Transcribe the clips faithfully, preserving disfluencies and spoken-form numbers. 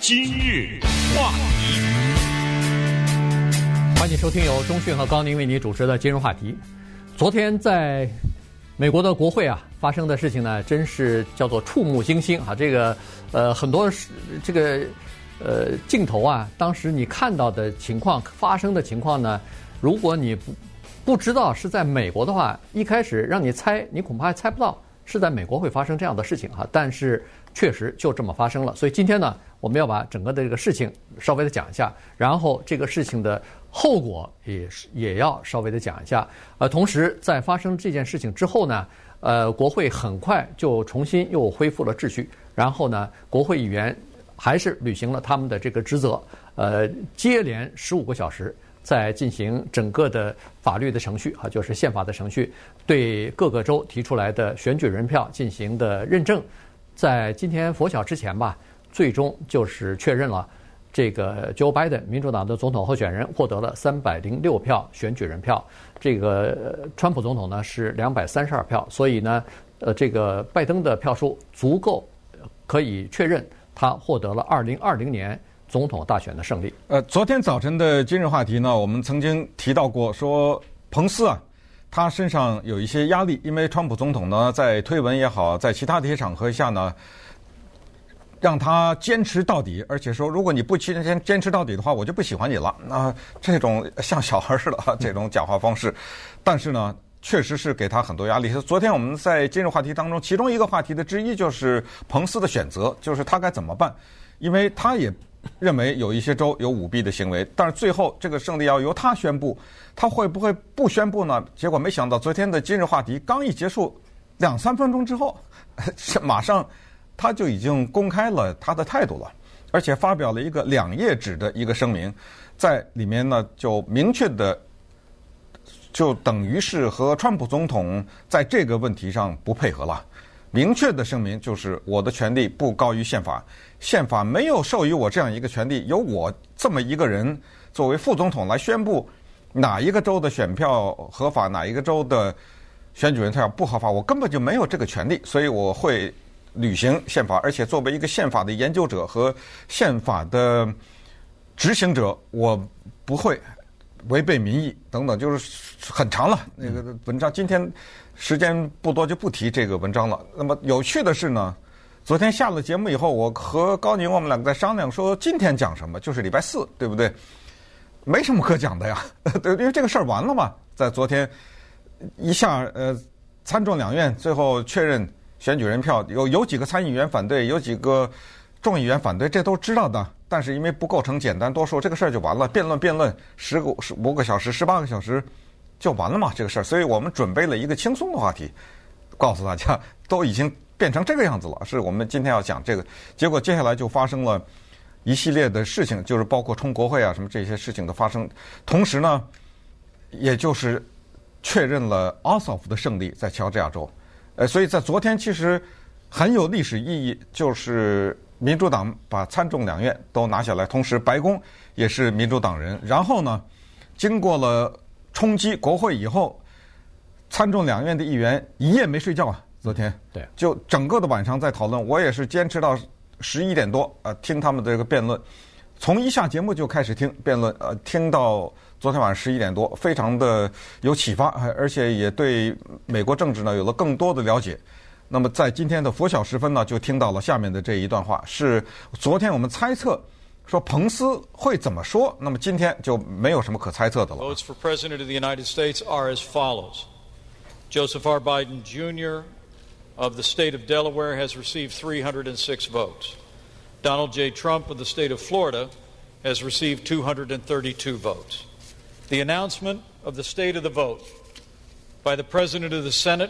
今日话题， 欢迎收听由钟讯和高宁为你主持的今日话题。昨天在美国的国会啊发生的事情呢，真是叫做触目惊心啊！这个呃很多这个呃镜头啊，当时你看到的情况发生的情况呢，如果你不不知道是在美国的话，一开始让你猜，你恐怕还猜不到是在美国会发生这样的事情哈。但是确实就这么发生了，所以今天呢，我们要把整个的这个事情稍微的讲一下，然后这个事情的后果也是也要稍微的讲一下。呃，同时在发生这件事情之后呢，呃，国会很快就重新又恢复了秩序，然后呢，国会议员还是履行了他们的这个职责，呃，接连十五个小时在进行整个的法律的程序啊，就是宪法的程序，对各个州提出来的选举人票进行的认证。在今天拂晓之前吧，最终就是确认了这个 Joe Biden 民主党的总统候选人获得了三百零六票选举人票，这个川普总统呢是两百三十二票，所以呢，呃，这个拜登的票数足够可以确认他获得了二零二零年总统大选的胜利。 呃，昨天早晨的今日话题呢，我们曾经提到过，说彭斯啊，他身上有一些压力，因为川普总统呢，在推文也好，在其他的一些场合下呢，让他坚持到底，而且说，如果你不坚坚持到底的话，我就不喜欢你了。那这种像小孩似的这种讲话方式，但是呢，确实是给他很多压力。昨天我们在今日话题当中，其中一个话题的之一就是彭斯的选择，就是他该怎么办，因为他也认为有一些州有舞弊的行为，但是最后这个胜利要由他宣布，他会不会不宣布呢？结果没想到昨天的今日话题刚一结束，两三分钟之后，马上他就已经公开了他的态度了，而且发表了一个两页纸的一个声明，在里面呢就明确的，就等于是和川普总统在这个问题上不配合了。明确的声明就是我的权利不高于宪法，宪法没有授予我这样一个权利，由我这么一个人作为副总统来宣布哪一个州的选票合法，哪一个州的选举人票不合法，我根本就没有这个权利，所以我会履行宪法，而且作为一个宪法的研究者和宪法的执行者，我不会违背民意等等，就是很长了那个文章。今天时间不多，就不提这个文章了。那么有趣的是呢，昨天下了节目以后，我和高宁我们两个在商量说今天讲什么，就是礼拜四，对不对？没什么可讲的呀，对，因为这个事儿完了嘛。在昨天一下，呃，参众两院最后确认选举人票，有有几个参议员反对，有几个众议员反对，这都知道的。但是因为不构成简单多数，这个事儿就完了。辩论辩论十个十五个小时、十八个小时就完了嘛，这个事儿。所以我们准备了一个轻松的话题，告诉大家都已经变成这个样子了，是我们今天要讲这个。结果接下来就发生了一系列的事情，就是包括冲国会啊什么这些事情的发生。同时呢，也就是确认了 Ossoff 的胜利在乔治亚州。呃，所以在昨天其实很有历史意义，就是民主党把参众两院都拿下来，同时白宫也是民主党人。然后呢，经过了冲击国会以后，参众两院的议员一夜没睡觉啊，昨天对， 就整个的晚上在讨论。我也是坚持到十一点多，呃，听他们的这个辩论，从一下节目就开始听辩论，呃，听到昨天晚上十一点多，非常的有启发，而且也对美国政治呢有了更多的了解。那么在今天的拂晓时分呢，就听到了下面的这一段话，是昨天我们猜测说彭斯会怎么说，那么今天就没有什么可猜测的了。 Votes for President of the United States are as follows. Joseph R. Biden Junior of the state of Delaware has received three hundred six votes. Donald J. Trump of the state of Florida has received two hundred thirty-two votes. The announcement of the state of the vote by the President of the Senate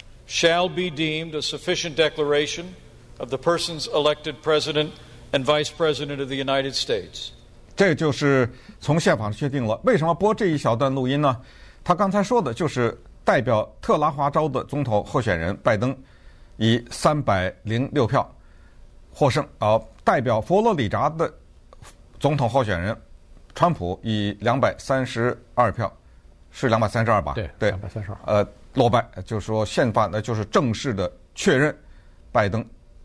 shall be deemed a sufficient declaration of the persons elected President and Vice President of the United States. 这就是从宪法上确定了。为什么播这一小段录音呢？他刚才说的就是代表特拉华州的总统候选人拜登以三百零六票获胜，啊，代表佛罗里达的总统候选人川普以两百三十二票，是两百三十二吧？ 对对， 两百三十二。 呃，落败，就是说宪法呢就是正式的确认拜登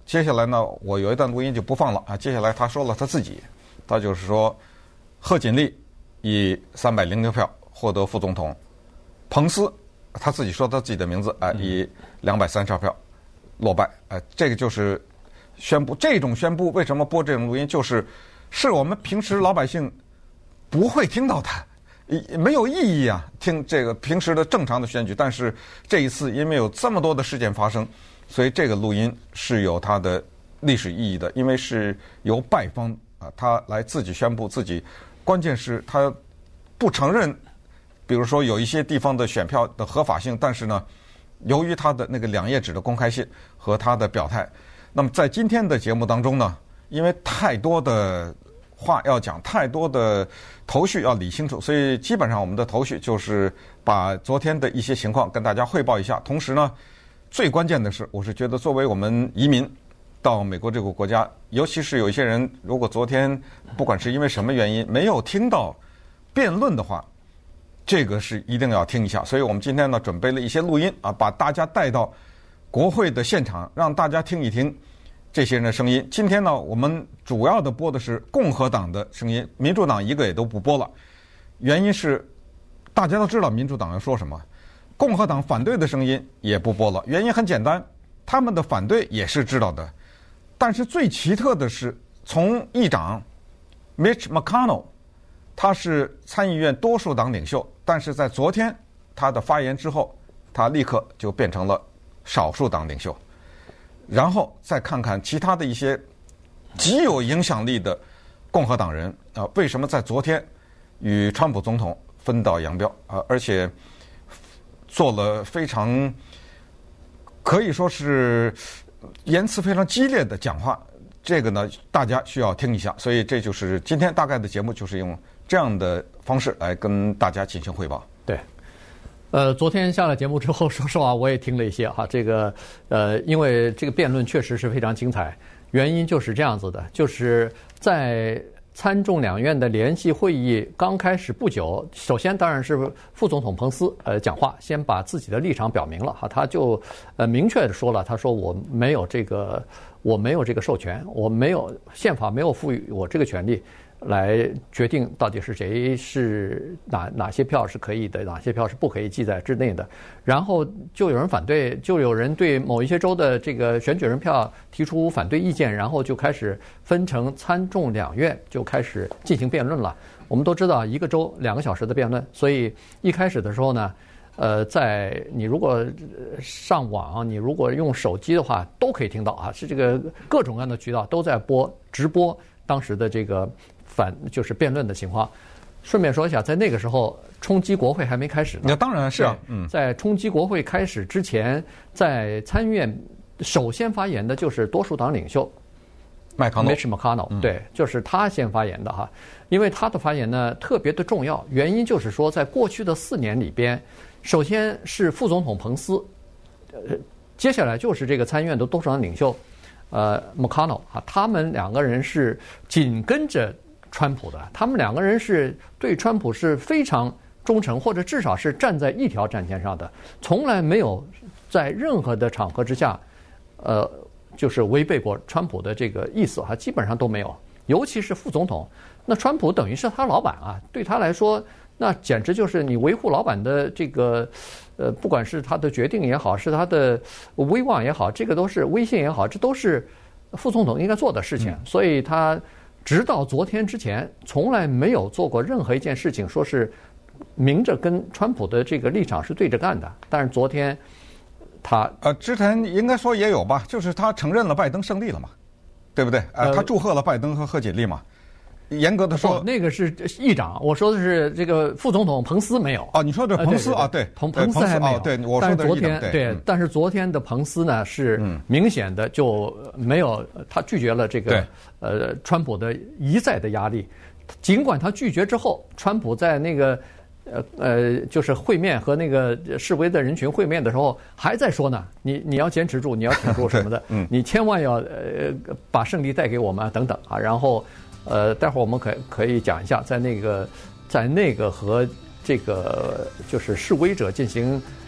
接下来呢，我有一段录音就不放了啊。接下来他说了他自己，他就是说，贺锦丽以三百零六票获得副总统，彭斯他自己说他自己的名字啊、呃，以两百三十二票落败。呃，这个就是宣布，这种宣布为什么播这种录音，就是是我们平时老百姓不会听到的，没有意义啊，听这个平时的正常的选举。但是这一次因为有这么多的事件发生，所以这个录音是有它的历史意义的，因为是由败方啊他来自己宣布自己，关键是他不承认，比如说有一些地方的选票的合法性，但是呢，由于他的那个两页纸的公开性和他的表态，那么在今天的节目当中呢，因为太多的话要讲，太多的头绪要理清楚，所以基本上我们的头绪就是把昨天的一些情况跟大家汇报一下。同时呢，最关键的是，我是觉得作为我们移民到美国这个国家，尤其是有一些人，如果昨天不管是因为什么原因没有听到辩论的话，这个是一定要听一下。所以我们今天呢准备了一些录音啊，把大家带到国会的现场，让大家听一听这些人的声音。今天呢，我们主要的播的是共和党的声音，民主党一个也都不播了。原因是大家都知道民主党要说什么，共和党反对的声音也不播了。原因很简单，他们的反对也是知道的。但是最奇特的是，从议长 Mitch McConnell， 他是参议院多数党领袖，但是在昨天他的发言之后，他立刻就变成了少数党领袖。然后再看看其他的一些极有影响力的共和党人啊、呃，为什么在昨天与川普总统分道扬镳啊、呃，而且做了非常可以说是言辞非常激烈的讲话。这个呢，大家需要听一下。所以这就是今天大概的节目，就是用这样的方式来跟大家进行汇报。 对。呃，昨天下了节目之后，说实话我也听了一些哈，这个呃，因为这个辩论确实是非常精彩。原因就是这样子的，就是在参众两院的联席会议刚开始不久，首先当然是副总统彭斯呃讲话，先把自己的立场表明了哈，他就呃明确的说了，他说我没有这个我没有这个授权，我没有宪法没有赋予我这个权利来决定到底是谁是哪哪些票是可以的，哪些票是不可以记在之内的。然后就有人反对，就有人对某一些州的这个选举人票提出反对意见，然后就开始分成参众两院，就开始进行辩论了。我们都知道一个州两个小时的辩论，所以一开始的时候呢，呃，在你如果上网，你如果用手机的话，都可以听到啊，是这个各种各样的渠道都在播直播当时的这个反就是辩论的情况。顺便说一下，在那个时候冲击国会还没开始呢。 那当然是啊， 嗯，在冲击国会开始之前，在参议院首先发言的就是多数党领袖麦康诺 Mitch McConnell， 对，就是他先发言的哈。因为他的发言呢特别的重要，原因就是说，在过去的四年里边，首先是副总统彭斯，呃，接下来就是这个参议院的多数党领袖。呃 ，McConnell 啊，他们两个人是紧跟着川普的，他们两个人是对川普是非常忠诚，或者至少是站在一条战线上的，从来没有在任何的场合之下，呃，就是违背过川普的这个意思哈，基本上都没有。尤其是副总统，那川普等于是他老板啊，对他来说，那简直就是你维护老板的这个。呃，不管是他的决定也好，是他的威望也好，这个都是威信也好，这都是副总统应该做的事情。嗯、所以他直到昨天之前，从来没有做过任何一件事情，说是明着跟川普的这个立场是对着干的。但是昨天他呃，之前应该说也有吧，就是他承认了拜登胜利了嘛，对不对？呃，他祝贺了拜登和贺锦丽嘛。严格的说、 哦，那个是议长，我说的是这个副总统彭斯没有。 哦，你说的彭斯啊，对， 彭彭斯还没有。 对，我说的是议长。但是昨天对， 对，但是昨天的彭斯呢是明显的就没有，他拒绝了这个呃川普的一再的压力。尽管他拒绝之后，川普在那个呃呃就是会面和那个示威的人群会面的时候，还在说呢，你你要坚持住，你要挺住什么的，嗯、你千万要呃把胜利带给我们啊等等啊，然后。呃，待会儿我们可可以讲一下，在那个，在那个和这个就是示威者进行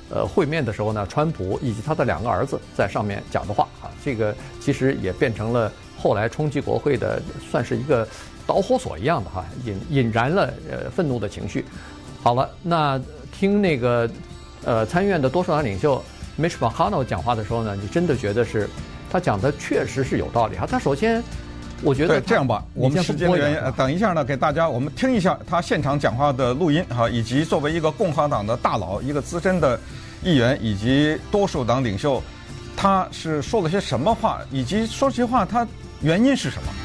呃会面的时候呢，川普以及他的两个儿子在上面讲的话啊，这个其实也变成了后来冲击国会的算是一个导火索一样的哈，引引燃了呃愤怒的情绪。好了，那听那个呃参议院的多数党领袖 Mitch McConnell 讲话的时候呢，你真的觉得是他讲的确实是有道理哈。他首先。我觉得对，这样吧，我们时间的原因，等一下呢，给大家我们听一下他现场讲话的录音哈，以及作为一个共和党的大佬、一个资深的议员以及多数党领袖，他是说了些什么话，以及说这些话他原因是什么？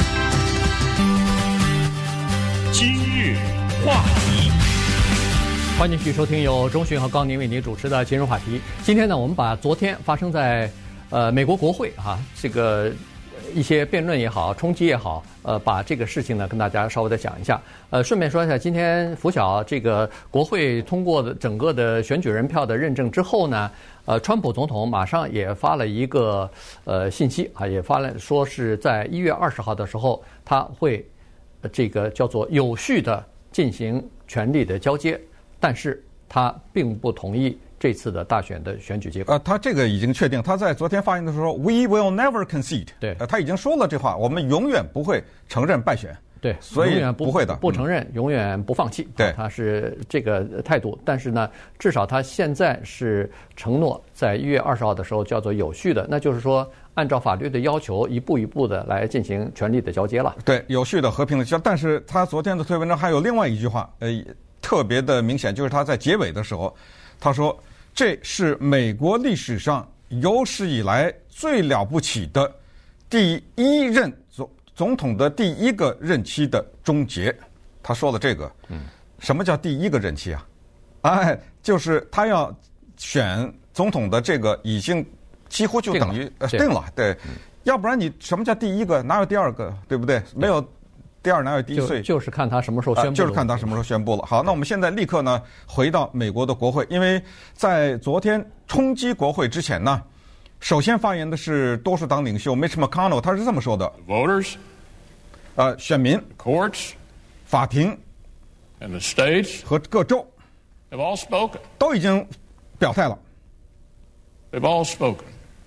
今日话题， 欢迎继续收听由钟迅和高宁为您主持的今日话题。今天呢，我们把昨天发生在呃美国国会啊这个。一些辩论也好，冲击也好，呃，把这个事情呢跟大家稍微的讲一下。呃，顺便说一下，今天拂晓这个国会通过的整个的选举人票的认证之后呢，呃，川普总统马上也发了一个呃信息啊，也发了说是在一月二十号的时候，他会、呃、这个叫做有序的进行权力的交接，但是他并不同意。这次的大选的选举结果， 呃，他这个已经确定。他在昨天发言的时候 ，We will never concede。 对， 呃，他已经说了这话，我们永远不会承认败选。 对， 所以永远不会的， 不承认，嗯、永远不放弃。 对， 他是这个态度。但是呢，至少他现在是承诺在一月二十号的时候叫做有序的，那就是说按照法律的要求，一步一步的来进行权力的交接了。 对，有序的、和平的交。但是他昨天的推文中还有另外一句话，呃，特别的明显，就是他在结尾的时候，他说。这是美国历史上有史以来最了不起的第一任总总统的第一个任期的终结。他说了这个，嗯，什么叫第一个任期啊？哎，就是他要选总统的这个已经几乎就等于呃定了，对，嗯、要不然你什么叫第一个？哪有第二个？对不对？没有。第二哪有第一岁？ 就是看他什么时候宣布、 啊，就是看他什么时候宣布了。好，那我们现在立刻呢回到美国的国会，因为在昨天冲击国会之前呢，首先发言的是多数党领袖 Mitch McConnell， 他是这么说的 ：Voters， 呃，选民 ，courts， 法庭 and the states 和各州 have all spoken， 都已经表态了。 They've all spoken.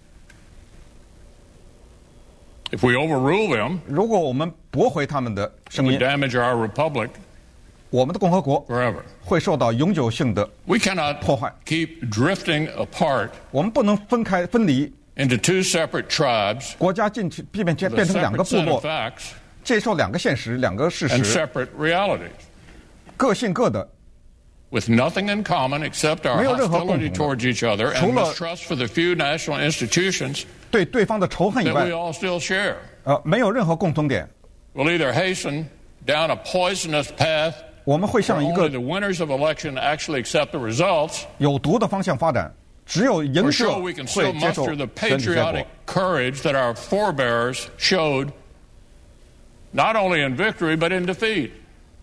If we overrule them, 如果我们驳回他们的声音 we damage our republic 我们的共和国 forever. 会受到永久性的 We cannot 破坏。 keep drifting apart 我们不能分开分离 into two separate tribes 国家进去变变 with 变 a 成两个 separate 部 set 落 of，facts 接受两个现实、两个事 and 实， separate realities 各信各的。 with nothing in common except our 没有任何共同的。 hostility towards each other 除 and 了 mistrust for the few national institutions 对对方的仇恨以 that 外 we，all still share. 呃，没有任何共同点。 We'll either hasten down a poisonous path 我们会 or 向一 only 个 the winners of election actually accept the results, 有毒的方向发展，只有赢 or 者 show we can 会 still 接受 muster the 选举结果 patriotic。courage that our forebears showed not only in victory but in defeat.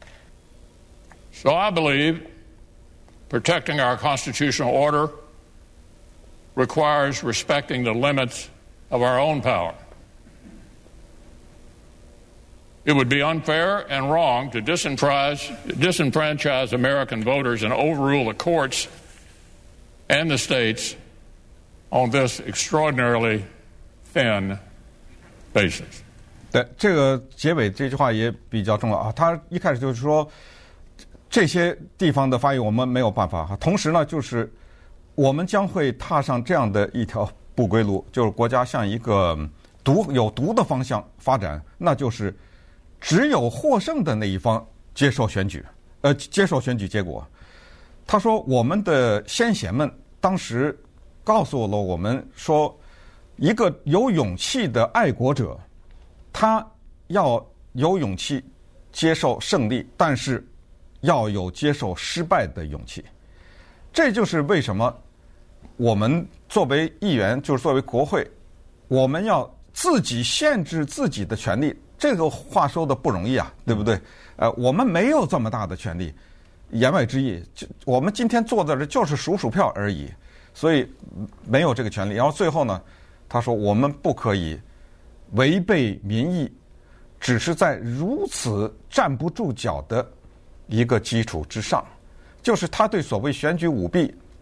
So I believe protecting our constitutional order requires respecting the limits of our own power. It would be unfair and wrong to disenfranchise, disenfranchise American voters and overrule the courts and the states on this extraordinarily thin basis. 对，这个结尾这句话也比较重要啊。他一开始就是说，这些地方的发言我们没有办法哈。同时呢，就是我们将会踏上这样的一条不归路，就是国家向一个毒有毒的方向发展，那就是只有获胜的那一方接受选举，呃，接受选举结果。他说，我们的先贤们当时告诉了我们说，一个有勇气的爱国者，他要有勇气接受胜利，但是要有接受失败的勇气。这就是为什么我们作为议员，就是作为国会，我们要自己限制自己的权利。这个话说的不容易啊，对不对？呃，我们没有这么大的权利，言外之意，就我们今天坐在这就是数数票而已，所以没有这个权利。然后最后呢，他说我们不可以违背民意，只是在如此站不住脚的一个基础之上，就是他对所谓选举舞弊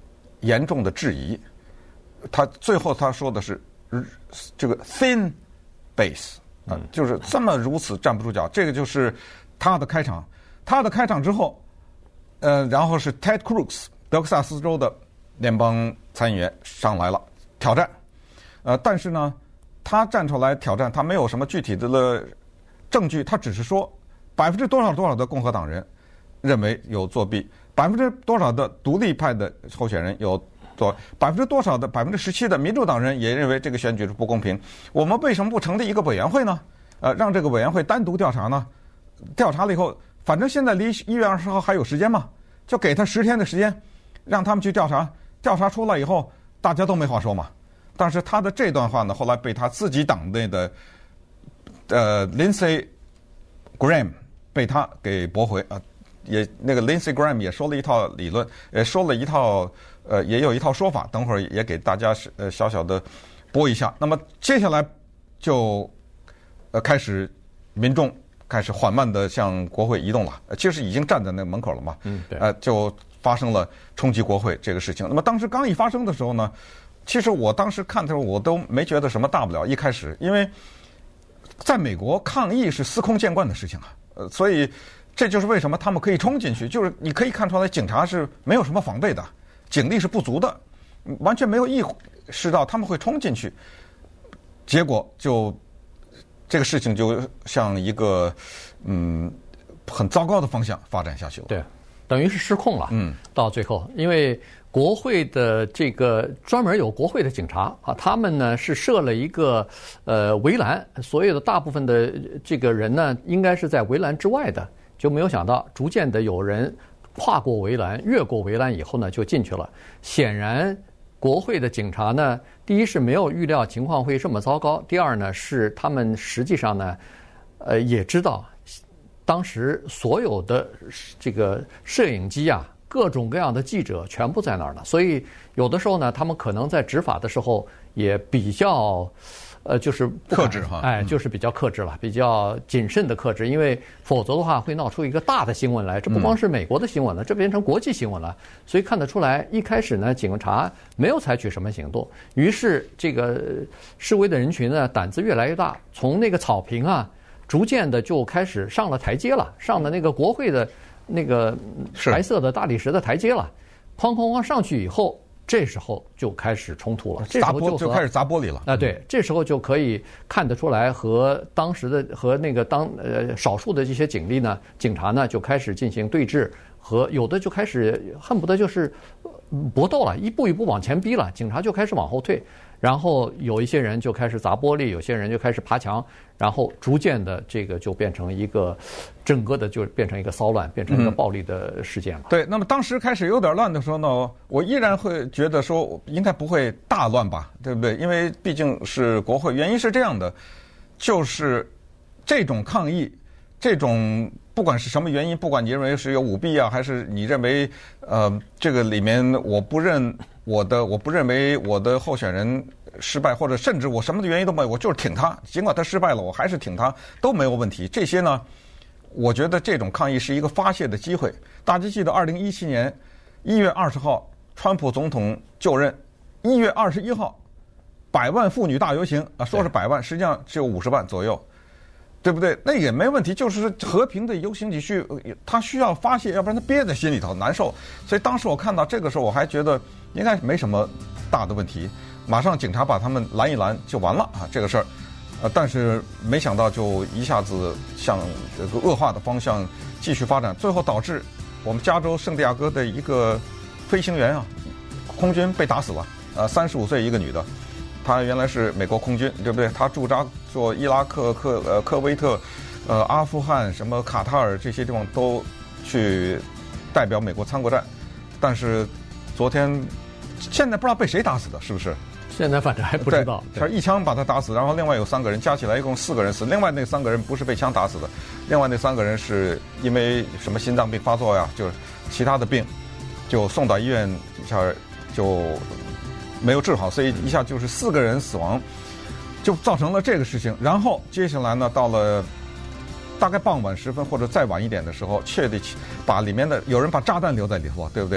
严重的质疑。他最后他说的是这个 thin base 啊，就是这么如此站不住脚。这个就是他的开场。他的开场之后，呃，然后是 Ted Cruz 德克萨斯州的联邦参议员上来了挑战，呃，但是呢，他站出来挑战，他没有什么具体的证据，他只是说百分之多少多少的共和党人认为有作弊，百分之多少的独立派的候选人有做，百分之多少的百分之十七的民主党人也认为这个选举是不公平。我们为什么不成立一个委员会呢？呃，让这个委员会单独调查呢？调查了以后，反正现在离一月二十号还有时间嘛，就给他十天的时间，让他们去调查。调查出来以后，大家都没话说嘛。但是他的这段话呢，后来被他自己党内的呃 Lindsey Graham 被他给驳回啊，也那个 Lindsey Graham 也说了一套理论，也说了一套呃，也有一套说法，等会儿也给大家呃小小的播一下。那么接下来就呃开始民众开始缓慢的向国会移动了，其实已经站在那个门口了嘛， 嗯，对， 呃，就发生了冲击国会这个事情。那么当时刚一发生的时候呢，其实我当时看的时候我都没觉得什么大不了，一开始因为在美国抗议是司空见惯的事情啊，呃，所以这就是为什么他们可以冲进去，就是你可以看出来警察是没有什么防备的，警力是不足的，完全没有意识到他们会冲进去，结果就这个事情就向一个嗯很糟糕的方向发展下去了。 对，等于是失控了。 嗯， 到最后，因为国会的这个专门有国会的警察啊，他们呢是设了一个呃围栏，所有的大部分的这个人呢应该是在围栏之外的，就没有想到逐渐的有人跨过围栏，越过围栏以后呢就进去了。显然，国会的警察呢，第一是没有预料情况会这么糟糕，第二呢是他们实际上呢，呃也知道当时所有的这个摄影机啊，各种各样的记者全部在那儿呢，所以有的时候呢，他们可能在执法的时候也比较。呃，就是克制哈， 哎，就是比较克制了，比较谨慎的克制，因为否则的话会闹出一个大的新闻来。这不光是美国的新闻了，这变成国际新闻了。所以看得出来，一开始呢，警察没有采取什么行动，于是这个示威的人群呢，胆子越来越大，从那个草坪啊，逐渐的就开始上了台阶了，上了那个国会的那个白色的大理石的台阶了，哐哐哐上去以后。这时候就开始冲突了，这时候就就开始砸玻璃了。 啊，对，这时候就可以看得出来，和当时的和那个当呃少数的这些警力呢，警察呢就开始进行对峙，和有的就开始恨不得就是搏斗了，一步一步往前逼了，警察就开始往后退，然后有一些人就开始砸玻璃，有些人就开始爬墙，然后逐渐的这个就变成一个整个的就变成一个骚乱，变成一个暴力的事件了。 嗯、对，那么当时开始有点乱的时候呢，我依然会觉得说应该不会大乱吧，对不对？因为毕竟是国会，原因是这样的，就是这种抗议，这种不管是什么原因，不管你认为是有舞弊啊，还是你认为呃这个里面我不认我的，我不认为我的候选人失败，或者甚至我什么的原因都没有，我就是挺他，尽管他失败了，我还是挺他，都没有问题。这些呢，我觉得这种抗议是一个发泄的机会。大家记得二零一七年一月二十号，川普总统就任，一月二十一号，百万妇女大游行啊，说是百万，实际上只有五十万左右。对不对？那也没问题，就是和平的游行你去，他需要发泄，要不然他憋在心里头难受。所以当时我看到这个时候，我还觉得应该没什么大的问题，马上警察把他们拦一拦就完了啊，这个事儿。呃，但是没想到就一下子向这个恶化的方向继续发展，最后导致我们加州圣地亚哥的一个飞行员啊，空军被打死了，呃，三十五岁一个女的。他原来是美国空军，对不对？他驻扎做伊拉克、科呃科威特、呃阿富汗、什么卡塔尔这些地方都去代表美国参过战，但是昨天现在不知道被谁打死的，是不是？ 现在反正还不知道。 他一枪把他打死，然后另外有三个人，加起来一共四个人死。另外那三个人不是被枪打死的，另外那三个人是因为什么心脏病发作呀，就是其他的病，就送到医院一下就。没有治好，所以一下就是四个人死亡，就造成了这个事情。然后接下来呢，到了大概傍晚时分或者再晚一点的时候，确定把里面的有人把炸弹留在里头，对不对？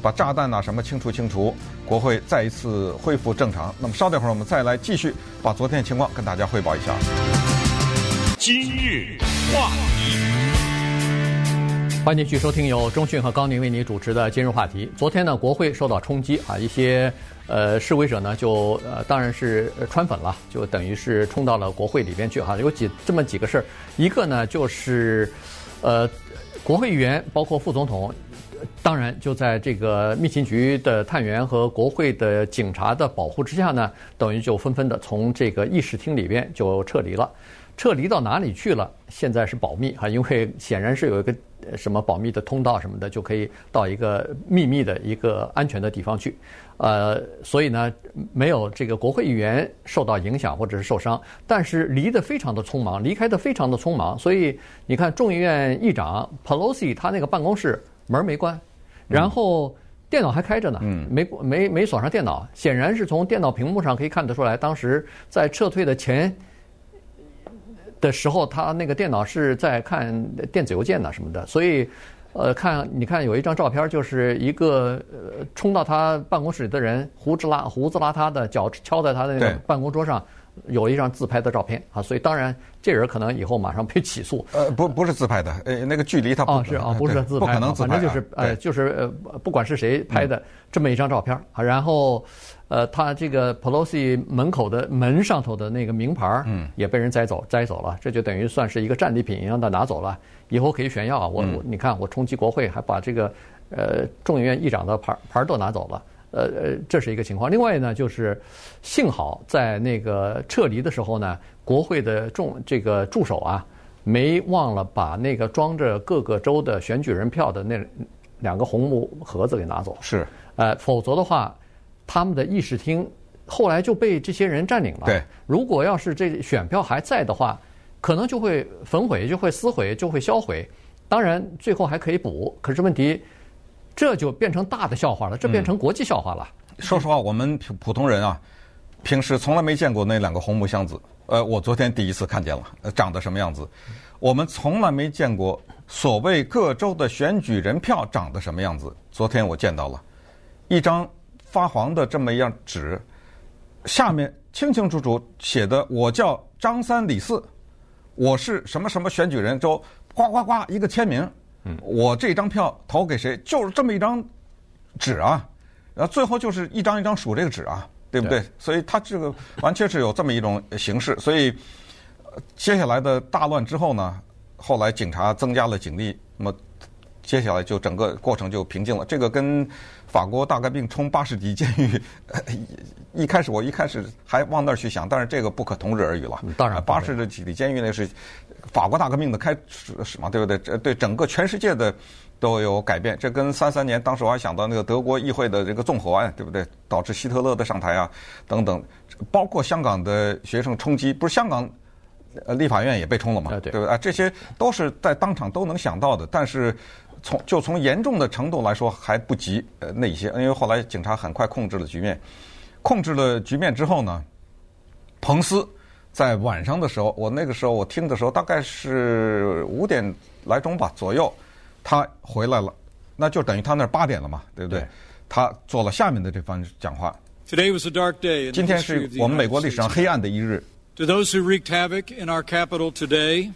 把炸弹啊什么清除清除，国会再一次恢复正常。那么稍等会儿我们再来继续把昨天的情况跟大家汇报一下。 今日话题， 欢迎继续收听由钟迅和高宁为你主持的今日话题。昨天呢，国会受到冲击啊，一些呃示威者呢就呃当然是川粉了，就等于是冲到了国会里边去哈。有几这么几个事儿，一个呢就是呃国会议员包括副总统。当然，就在这个密勤局的探员和国会的警察的保护之下呢，等于就纷纷的从这个议事厅里边就撤离了。撤离到哪里去了？现在是保密哈，因为显然是有一个什么保密的通道什么的，就可以到一个秘密的一个安全的地方去。呃，所以呢，没有这个国会议员受到影响或者是受伤，但是离得非常的匆忙，离开得非常的匆忙。所以你看，众议院议长 Pelosi 他那个办公室门没关，然后电脑还开着呢，没没没锁上电脑，显然是从电脑屏幕上可以看得出来，当时在撤退的前的时候，他那个电脑是在看电子邮件呢什么的，所以，呃，看你看有一张照片，就是一个呃冲到他办公室里的人，胡子拉胡子邋遢的，脚敲在他的那个办公桌上。有一张自拍的照片啊，所以当然这人可能以后马上被起诉。 呃，不，不是自拍的，呃，那个距离他不哦是啊，不是自拍， 不可能自拍， 反正就是呃，就是呃，不管是谁拍的这么一张照片啊，然后呃，他这个 Pelosi 门口的门上头的那个名牌，嗯，也被人摘走摘走了，这就等于算是一个战利品一样的拿走了，以后可以炫耀啊，我我你看我冲击国会，还把这个呃众议院议长的牌牌都拿走了。呃呃，这是一个情况。另外呢，就是幸好在那个撤离的时候呢，国会的众这个助手啊，没忘了把那个装着各个州的选举人票的那两个红木盒子给拿走。 是， 呃，否则的话，他们的议事厅后来就被这些人占领了。 对， 如果要是这选票还在的话，可能就会焚毁、就会撕毁、就会销毁。当然，最后还可以补。可是问题。这就变成大的笑话了，这变成国际笑话了。 嗯、说实话，我们普通人啊，平时从来没见过那两个红木箱子。呃，我昨天第一次看见了，呃、长得什么样子？我们从来没见过所谓各州的选举人票长得什么样子。昨天我见到了一张发黄的这么一样纸，下面清清楚楚写的：“我叫张三李四，我是什么什么选举人州。”呱呱呱，一个签名。嗯，我这张票投给谁？就是这么一张纸啊，然后最后就是一张一张数这个纸啊，对不对？对，所以它这个完全是有这么一种形式。所以接下来的大乱之后呢，后来警察增加了警力，那么接下来就整个过程就平静了。这个跟法国大革命冲巴士底监狱，一开始我一开始还往那儿去想，但是这个不可同日而语了。 当然， 巴士的底监狱那是法国大革命的开始嘛，对不对？这对整个全世界的都有改变。这跟三三年当时我还想到那个德国议会的这个纵火案，对不对？导致希特勒的上台啊，等等，包括香港的学生冲击，不是香港呃立法院也被冲了嘛，对不对？啊，这些都是在当场都能想到的，但是。从就从严重的程度来说还不及呃那一些，因为后来警察很快控制了局面，控制了局面之后呢，彭斯在晚上的时候，我那个时候我听的时候大概是五点来钟吧左右，他回来了，那就等于他那八点了嘛，对不对？对，他做了下面的这番讲话。 Today was a dark day. 今天是我们美国历史上黑暗的一日。 To those who wreaked havoc in our capital today,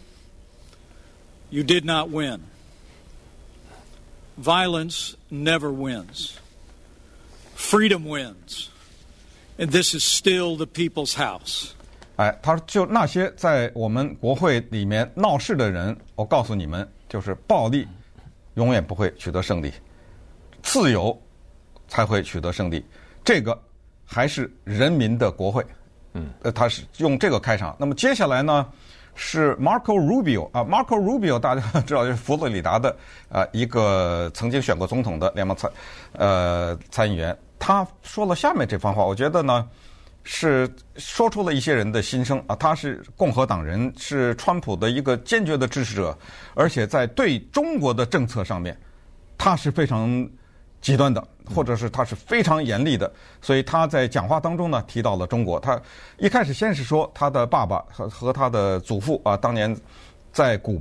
you did not win. Violence never wins. Freedom wins. And this is still the people's house. 哎，他说就那些在我们国会里面闹事的人，我告诉你们，就是暴力永远不会取得胜利，自由才会取得胜利。这个还是人民的国会。嗯，呃，他是用这个开场。那么接下来呢？是 Marco Rubio 啊 ，Marco Rubio 大家知道就是佛罗里达的啊一个曾经选过总统的联邦参呃参议员，他说了下面这番话，我觉得呢是说出了一些人的心声啊。他是共和党人，是川普的一个坚决的支持者，而且在对中国的政策上面，他是非常极端的，或者是他是非常严厉的，所以他在讲话当中呢提到了中国。他一开始先是说他的爸爸和和他的祖父啊，当年在古巴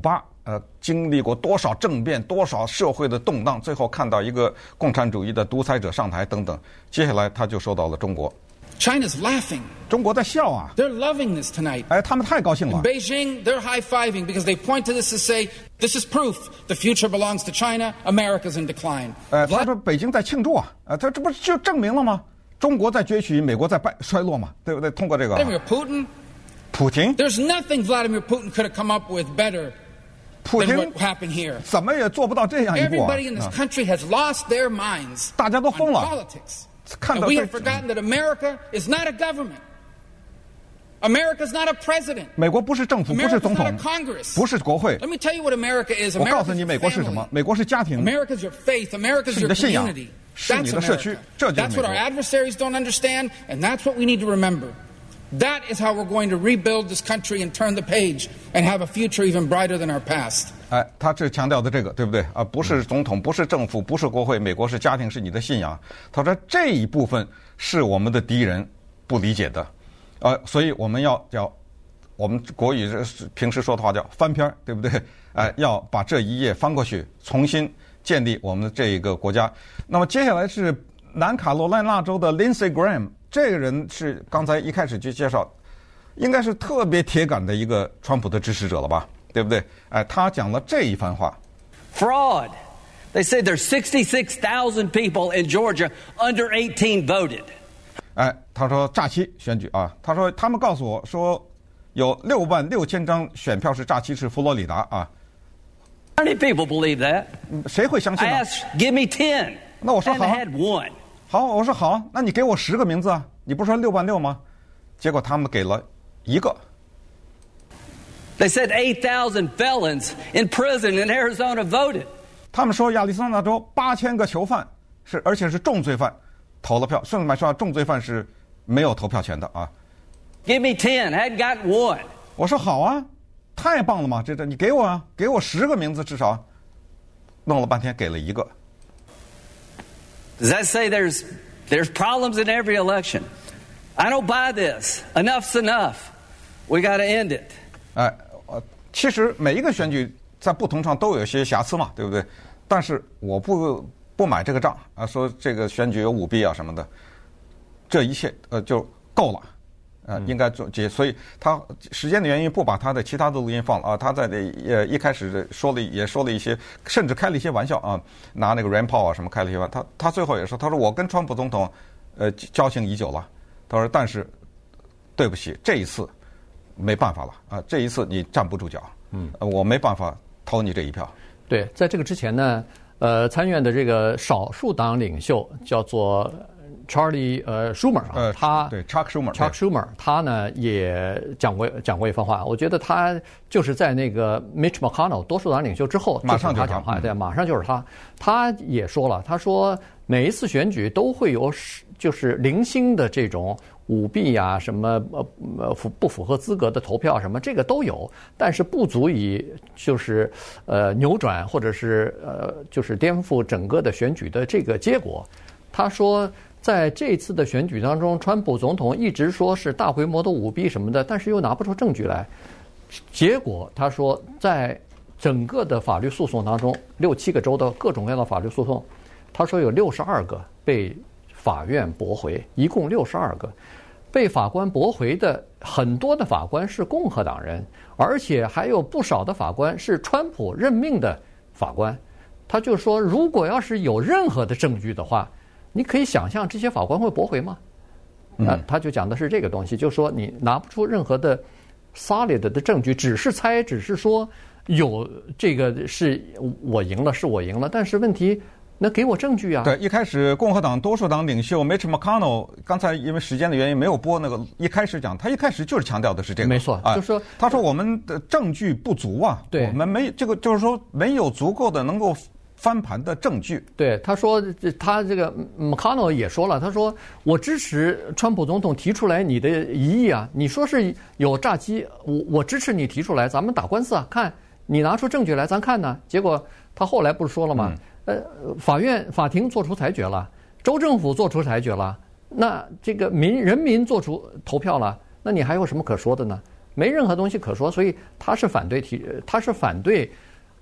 呃，经历过多少政变，多少社会的动荡，最后看到一个共产主义的独裁者上台等等。接下来他就说到了中国。 China's laughing. 中国在笑啊 They're loving this tonight. 哎，他们太高兴了。 In Beijing, they're high-fiving because they point to this to say, this is proof the future belongs to China, America's in decline. 哎，他说北京在庆祝啊，啊，他这不就证明了吗？中国在崛起，美国在败衰落嘛，对不对？通过这个。 Vladimir Putin. 普京。 There's nothing Vladimir Putin could have come up with better than what happened here. 怎么也做不到这样一步啊 Everybody in this country has lost their minds 大家都疯了 on politics. 看到 And we have forgotten that America is not a government. America's not a president. 美国不是政府，不是总统， America's not a Congress. 不是国会。 Let me tell you what America is. 我告诉 America's 你， your 美国是什么？ family. 美国是家庭， America's your faith. America's 是你 your 的信仰， community. 是 That's 你的社区 America. 这就是 That's 美 what 国 our adversaries don't understand, and that's what we need to remember. That is how we're going to rebuild this country and turn the page and have a future even brighter than our past. 哎，他这强调的这个，对不对啊？不是总统，不是政府，不是国会，美国是家庭，是你的信仰。他说这一部分是我们的敌人不理解的，呃，所以我们要叫我们国语平时说的话叫翻篇儿，对不对？哎，要把这一页翻过去，重新建立我们的这一个国家。那么接下来是南卡罗来纳州的 Lindsey Graham， 这个人是刚才一开始就介绍，应该是特别铁杆的一个川普的支持者了吧？对不对？哎，他讲了这一番话。 Fraud. They said there's sixty-six thousand people in Georgia under eighteen voted. 哎，他说诈欺选举啊，他说他们告诉我说有六万六千张选票是诈欺，是佛罗里达啊。 How many people believe that? 谁会相信 I 呢？ asked, give me ten. 那我说 I 好 haven't had one. 好，我说好，那你给我十个名字啊？你不是说六万六吗？结果他们给了一个。 They said eight thousand felons in prison in Arizona voted. 他们说亚利桑那州八千个囚犯是，而且是重罪犯，投了票。顺便说，重罪犯是没有投票权的啊。 Give me ten. Hadn't got one. 我说好啊，太棒了嘛！这这你给我啊，给我十个名字至少。弄了半天给了一个。 Does that say there's there's problems in every election? I don't buy this. Enough's enough. We got to end it. 哎，呃，其实每一个选举在不同上都有一些瑕疵嘛，对不对？但是我不不买这个账啊，说这个选举有舞弊啊什么的，这一切呃就够了。呃，应该做结，所以他时间的原因不把他的其他的录音放了啊。他在这呃一开始说了也说了一些，甚至开了一些玩笑啊，拿那个 Rand Paul 啊什么开了一些玩笑。他他最后也说，他说我跟川普总统呃交情已久了，他说但是对不起，这一次没办法了啊，这一次你站不住脚，嗯，呃、我没办法投你这一票。 对，在这个之前呢，呃，参院的这个少数党领袖叫做Charlie 呃 Schumer 啊， 呃， 他对 Chuck Schumer，Chuck Schumer， 他呢也讲过讲过一番话。我觉得他就是在那个 Mitch McConnell 多数党领袖之后， 马上就他讲话， 嗯、 对，马上就是他。他也说了，他说每一次选举都会有就是零星的这种舞弊呀、啊，什么呃呃符不符合资格的投票什么，这个都有，但是不足以就是呃扭转或者是呃就是颠覆整个的选举的这个结果。他说。在这次的选举当中，川普总统一直说是大规模的舞弊什么的，但是又拿不出证据来。结果他说，在整个的法律诉讼当中，六七个州的各种各样的法律诉讼，他说有六十二个被法院驳回，一共六十二个被法官驳回的，很多的法官是共和党人，而且还有不少的法官是川普任命的法官。他就说，如果要是有任何的证据的话，你可以想象这些法官会驳回吗？啊，他就讲的是这个东西，就是说你拿不出任何的 solid 的证据，只是猜，只是说有这个是我赢了，是我赢了，但是问题那给我证据啊！ 对，一开始共和党多数党领袖 Mitch McConnell 刚才因为时间的原因没有播那个，一开始讲他一开始就是强调的是这个， 没错， 啊、 就是说他说我们的证据不足啊， 对， 我们没这个就是说没有足够的能够翻盘的证据。 对，他说他这个 McConnell 也说了，他说我支持川普总统提出来你的疑义啊，你说是有诈欺，我我支持你提出来，咱们打官司啊，看你拿出证据来咱看呢。结果他后来不是说了吗？嗯、呃，法院法庭做出裁决了，州政府做出裁决了，那这个民人民做出投票了，那你还有什么可说的呢？没任何东西可说，所以他是反对提，他是反对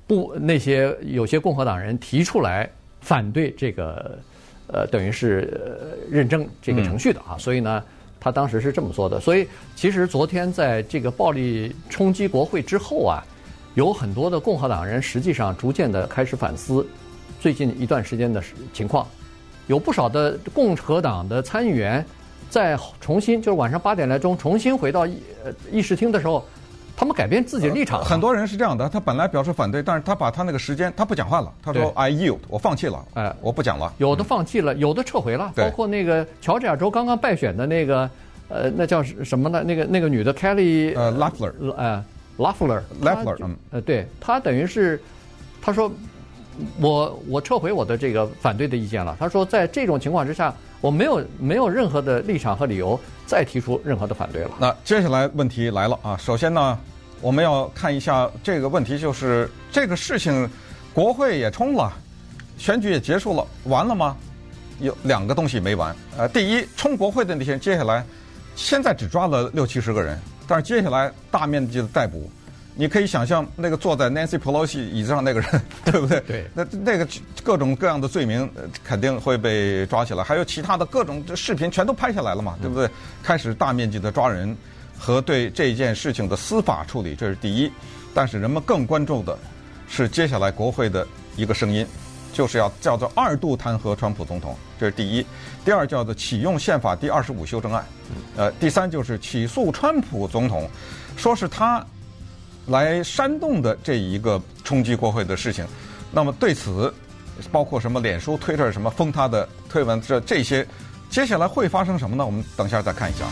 不那些有些共和党人提出来反对这个呃等于是、呃、认证这个程序的啊，嗯、所以呢。他当时是这么说的，所以其实昨天在这个暴力冲击国会之后啊，有很多的共和党人实际上逐渐的开始反思最近一段时间的情况，有不少的共和党的参议员在重新就是晚上八点来钟重新回到议呃议事厅的时候，他们改变自己的立场、啊呃。很多人是这样的，他本来表示反对，但是他把他那个时间他不讲话了，他说 I yield， 我放弃了，哎、呃，我不讲了。 有的放弃了，有的撤回了，包括那个乔治亚州刚刚败选的那个。呃，那叫什么呢？那个那个女的 Kelly 呃 Loeffler 呃 Loeffler Loeffler 嗯呃对，她等于是她说我我撤回我的这个反对的意见了。她说在这种情况之下，我没有没有任何的立场和理由再提出任何的反对了。 那接下来问题来了啊，首先呢，我们要看一下这个问题，就是这个事情，国会也冲了，选举也结束了，完了吗？有两个东西没完。呃，第一，冲国会的那些人，接下来。现在只抓了六七十个人，但是接下来大面积的逮捕，你可以想象那个坐在 Nancy Pelosi 椅子上那个人，对不对？ 对， 那那个各种各样的罪名肯定会被抓起来，还有其他的各种视频全都拍下来了嘛，对不对？嗯、开始大面积的抓人和对这件事情的司法处理，这是第一。但是人们更关注的是接下来国会的一个声音。就是要叫做二度弹劾川普总统，这是第一。第二叫做启用宪法第二十五修正案，呃，第三就是起诉川普总统，说是他来煽动的这一个冲击国会的事情。那么对此，包括什么脸书、推特什么封他的推文，这这些，接下来会发生什么呢？我们等一下再看一下。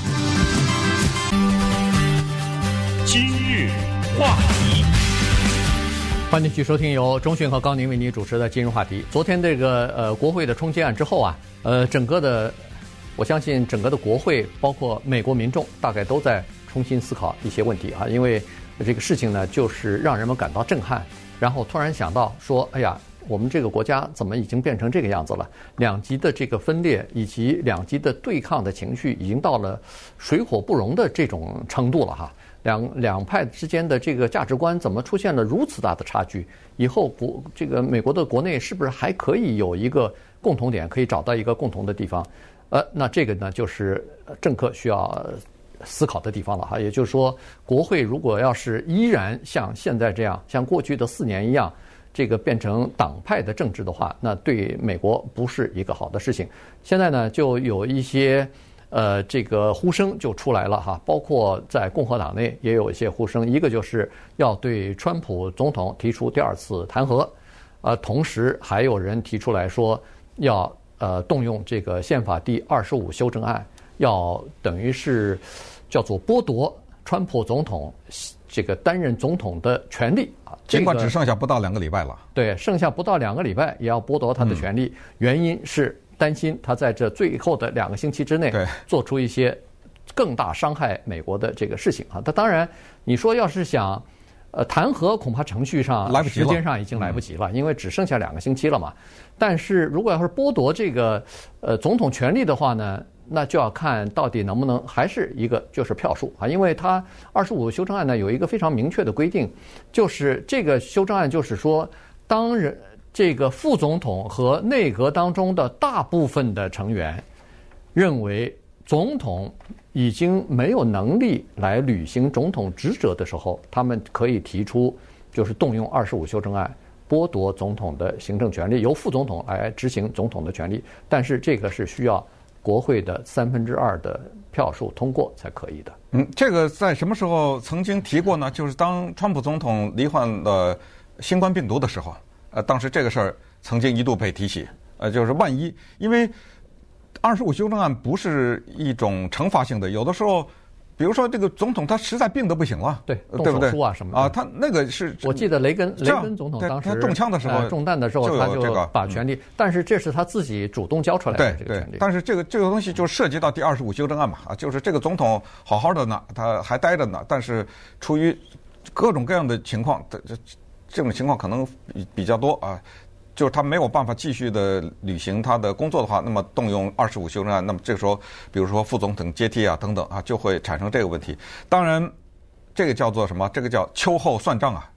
今日话题。 欢迎继续收听由钟迅和高宁为您主持的今日话题。昨天这个呃国会的冲击案之后啊，呃整个的，我相信整个的国会包括美国民众大概都在重新思考一些问题啊，因为这个事情呢就是让人们感到震撼，然后突然想到说，哎呀，我们这个国家怎么已经变成这个样子了？两极的这个分裂以及两极的对抗的情绪已经到了水火不容的这种程度了哈。两两派之间的这个价值观怎么出现了如此大的差距？以后国这个美国的国内是不是还可以有一个共同点，可以找到一个共同的地方？呃，那这个呢，就是政客需要思考的地方了哈。也就是说，国会如果要是依然像现在这样，像过去的四年一样，这个变成党派的政治的话，那对美国不是一个好的事情。现在呢，就有一些。呃，这个呼声就出来了哈，包括在共和党内也有一些呼声，一个就是要对川普总统提出第二次弹劾，呃，同时还有人提出来说要呃动用这个宪法第二十五修正案，要等于是叫做剥夺川普总统这个担任总统的权利啊。 尽管只剩下不到两个礼拜了， 对，剩下不到两个礼拜也要剥夺他的权利，嗯、原因是。担心他在这最后的两个星期之内做出一些更大伤害美国的这个事情啊。他当然，你说要是想呃弹劾，恐怕程序上、 来不及了， 时间上已经来不及了，因为只剩下两个星期了嘛。但是如果要是剥夺这个呃总统权力的话呢，那就要看到底能不能还是一个就是票数啊，因为他二十五修正案呢有一个非常明确的规定，就是这个修正案就是说，当人。这个副总统和内阁当中的大部分的成员认为总统已经没有能力来履行总统职责的时候，他们可以提出就是动用二十五修正案，剥夺总统的行政权力，由副总统来执行总统的权力。但是这个是需要国会的三分之二的票数通过才可以的。 嗯，这个在什么时候曾经提过呢？就是当川普总统罹患了新冠病毒的时候。呃，当时这个事儿曾经一度被提起，呃，就是万一，因为二十五修正案不是一种惩罚性的，有的时候，比如说这个总统他实在病得不行了， 对，动对不对手术啊什么的啊，他那个是， 我记得雷根雷根总统当时他中枪的时候、 呃，中弹的时候他就把权力，嗯、但是这是他自己主动交出来的这个权利。 但是这个这个东西就涉及到第二十五修正案嘛，啊，就是这个总统好好的呢，他还待着呢，但是出于各种各样的情况，这这种情况可能比比较多啊。就是他没有办法继续的履行他的工作的话，那么动用二十五修正案，那么这个时候，比如说副总统接替啊等等啊，就会产生这个问题。当然，这个叫做什么？这个叫秋后算账啊，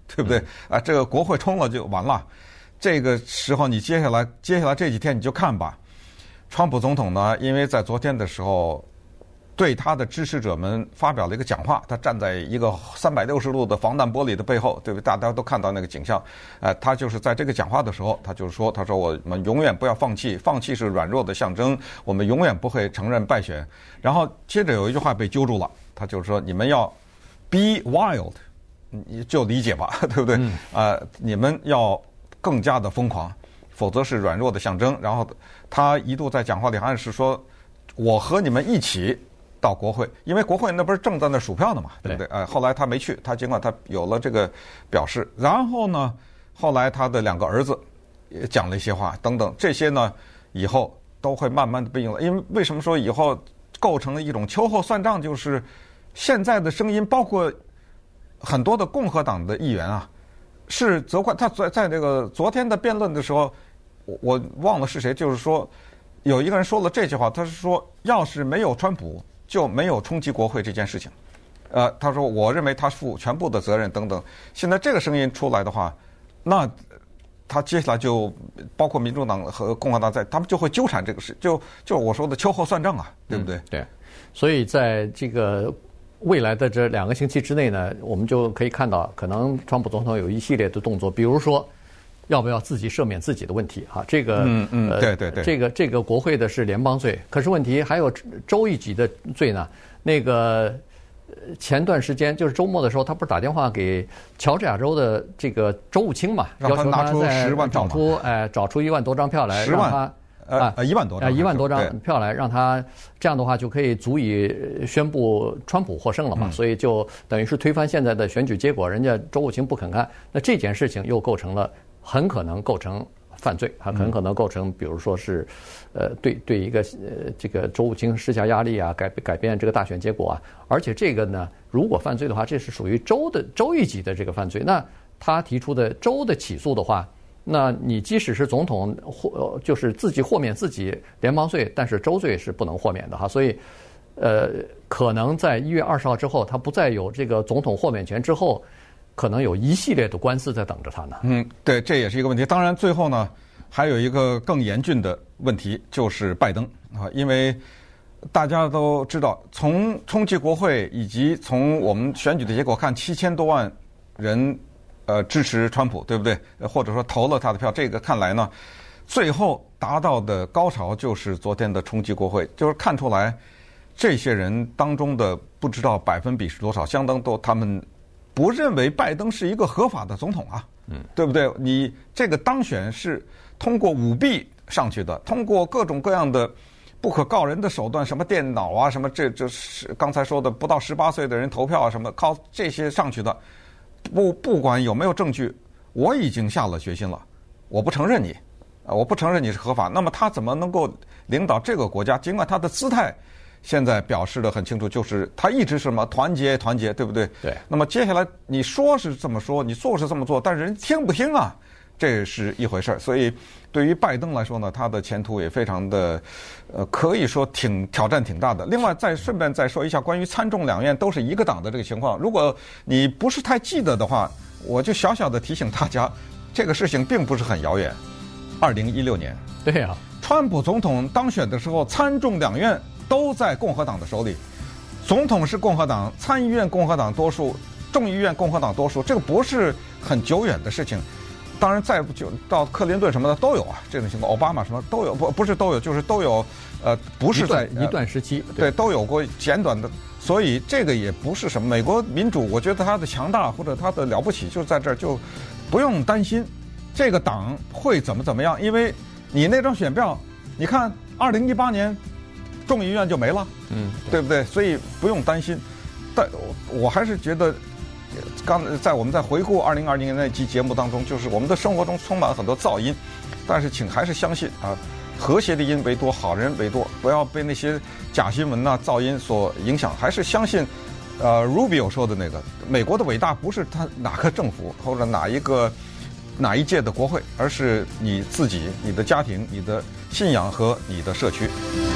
对不对？啊，这个国会通了就完了。这个时候你接下来接下来这几天你就看吧，川普总统呢，因为在昨天的时候对他的支持者们发表了一个讲话，他站在一个三百六十度的防弹玻璃的背后，对不对？大家都看到那个景象。呃，他就是在这个讲话的时候，他就是说，他说我们永远不要放弃，放弃是软弱的象征，我们永远不会承认败选。然后接着有一句话被揪住了，他就是说，你们要 be wild， 你就理解吧，对不对？嗯、呃，你们要更加的疯狂，否则是软弱的象征。然后他一度在讲话里还是说，我和你们一起到国会，因为国会那不是正在那数票的嘛，对不对？呃，后来他没去，他尽管他有了这个表示，然后呢，后来他的两个儿子也讲了一些话，等等，这些呢以后都会慢慢的被用了。因为为什么说以后构成了一种秋后算账，就是现在的声音，包括很多的共和党的议员啊，是责怪他在在这个昨天的辩论的时候，我我忘了是谁，就是说有一个人说了这句话，他是说，要是没有川普，就没有冲击国会这件事情。呃，他说，我认为他负全部的责任等等。现在这个声音出来的话，那他接下来就包括民主党和共和党在，他们就会纠缠这个事，就就我说的秋后算账啊，对不对？ 嗯、对。所以在这个未来的这两个星期之内呢，我们就可以看到，可能川普总统有一系列的动作，比如说要不要自己赦免自己的问题啊？这个， 嗯嗯，呃、对对对， 这个这个国会的是联邦罪，可是问题还有州一级的罪呢。那个前段时间就是周末的时候，他不是打电话给乔治亚州的这个州务卿嘛， 让他拿出十万找出哎找出一万多张票来，让他。 啊，一万多张， 一万多张票来，让他这样的话就可以足以宣布川普获胜了嘛？嗯、所以就等于是推翻现在的选举结果，人家州务卿不肯干，那这件事情又构成了很可能构成犯罪，还很可能构成，比如说是，呃，对对一个呃这个州务卿施加压力啊，改改变这个大选结果啊，而且这个呢，如果犯罪的话，这是属于州的州一级的这个犯罪，那他提出的州的起诉的话。那你即使是总统豁，就是自己豁免自己联邦税，但是州罪是不能豁免的哈。所以，呃，可能在一月二十号之后，他不再有这个总统豁免权之后，可能有一系列的官司在等着他呢。 嗯，对，这也是一个问题。当然，最后呢，还有一个更严峻的问题，就是拜登啊，因为大家都知道，从冲击国会以及从我们选举的结果看，七千多万人。呃，支持川普，对不对？或者说投了他的票，这个看来呢，最后达到的高潮就是昨天的冲击国会，就是看出来这些人当中的不知道百分比是多少，相当多，他们不认为拜登是一个合法的总统啊，嗯，对不对？你这个当选是通过舞弊上去的，通过各种各样的不可告人的手段，什么电脑啊，什么这这是刚才说的不到十八岁的人投票啊，什么靠这些上去的。不，不管有没有证据，我已经下了决心了，我不承认你，啊，我不承认你是合法。那么他怎么能够领导这个国家？尽管他的姿态现在表示得很清楚，就是他一直是什么团结团结，对不对？ 对。 那么接下来你说是这么说，你做是这么做，但是人听不听啊？这是一回事儿。所以对于拜登来说呢，他的前途也非常的，呃，可以说挺挑战挺大的。另外，再顺便再说一下关于参众两院都是一个党的这个情况。如果你不是太记得的话，我就小小的提醒大家，这个事情并不是很遥远。二零一六年， 对呀、啊， 川普总统当选的时候，参众两院都在共和党的手里，总统是共和党，参议院共和党多数，众议院共和党多数，这个不是很久远的事情。当然，再不久到克林顿什么的都有啊，这种情况，奥巴马什么都有，不不是都有，就是都有，呃，不是在一段时期， 对，都有过简短的，所以这个也不是什么美国民主，我觉得它的强大或者它的了不起，就在这儿，就不用担心这个党会怎么怎么样，因为你那张选票，你看二零一八年众议院就没了，嗯，对不对？所以不用担心，但我还是觉得。刚在我们在回顾二零二零年那期节目当中，就是我们的生活中充满了很多噪音，但是请还是相信啊，和谐的音为多，好人为多，不要被那些假新闻呐、噪音所影响，还是相信，呃 ，Rubio 说的那个，美国的伟大不是他哪个政府或者哪一个哪一届的国会，而是你自己、你的家庭、你的信仰和你的社区。